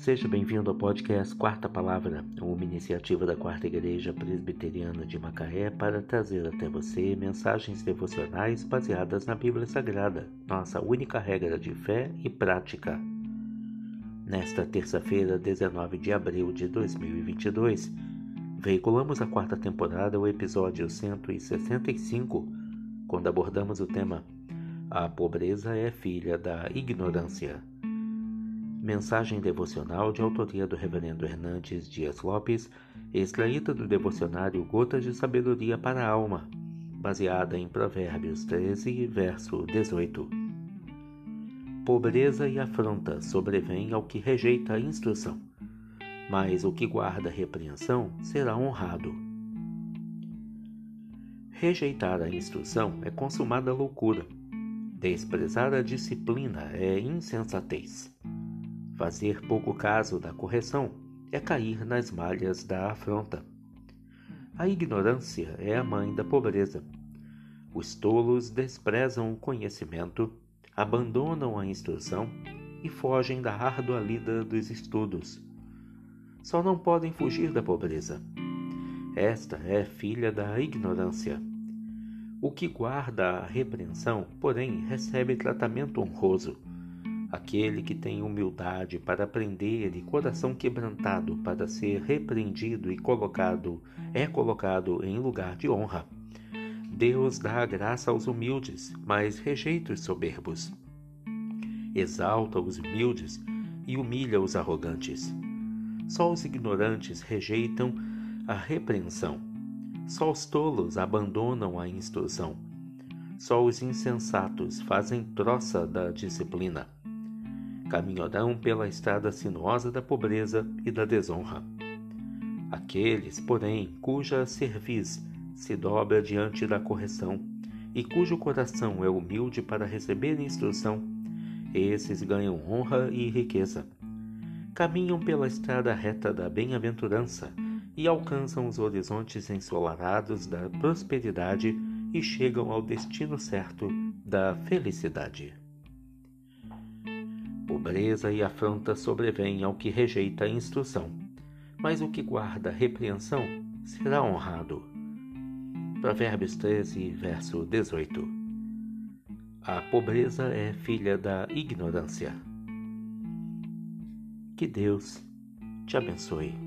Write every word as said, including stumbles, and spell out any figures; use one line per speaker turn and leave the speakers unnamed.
Seja bem-vindo ao podcast Quarta Palavra, uma iniciativa da Quarta Igreja Presbiteriana de Macaé para trazer até você mensagens devocionais baseadas na Bíblia Sagrada, nossa única regra de fé e prática. Nesta terça-feira, dezenove de abril de dois mil e vinte e dois, veiculamos a quarta temporada, o episódio cento e sessenta e cinco, quando abordamos o tema A pobreza é filha da ignorância. Mensagem devocional de autoria do reverendo Hernandes Dias Lopes, extraída do devocionário Gotas de Sabedoria para a Alma, baseada em Provérbios treze, verso dezoito. Pobreza e afronta sobrevêm ao que rejeita a instrução, mas o que guarda a repreensão será honrado. Rejeitar a instrução é consumada loucura. Desprezar a disciplina é insensatez. Fazer pouco caso da correção é cair nas malhas da afronta. A ignorância é a mãe da pobreza. Os tolos desprezam o conhecimento, abandonam a instrução e fogem da árdua lida dos estudos. Só não podem fugir da pobreza. Esta é filha da ignorância. O que guarda a repreensão, porém, recebe tratamento honroso. Aquele que tem humildade para aprender e coração quebrantado para ser repreendido e colocado, é colocado em lugar de honra. Deus dá a graça aos humildes, mas rejeita os soberbos. Exalta os humildes e humilha os arrogantes. Só os ignorantes rejeitam a repreensão. Só os tolos abandonam a instrução. Só os insensatos fazem troça da disciplina. Caminharão pela estrada sinuosa da pobreza e da desonra. Aqueles, porém, cuja cerviz se dobra diante da correção e cujo coração é humilde para receber instrução, esses ganham honra e riqueza. Caminham pela estrada reta da bem-aventurança e alcançam os horizontes ensolarados da prosperidade e chegam ao destino certo da felicidade. Pobreza e afronta sobrevêm ao que rejeita a instrução, mas o que guarda a repreensão será honrado. Provérbios treze, verso dezoito. A pobreza é filha da ignorância. Que Deus te abençoe.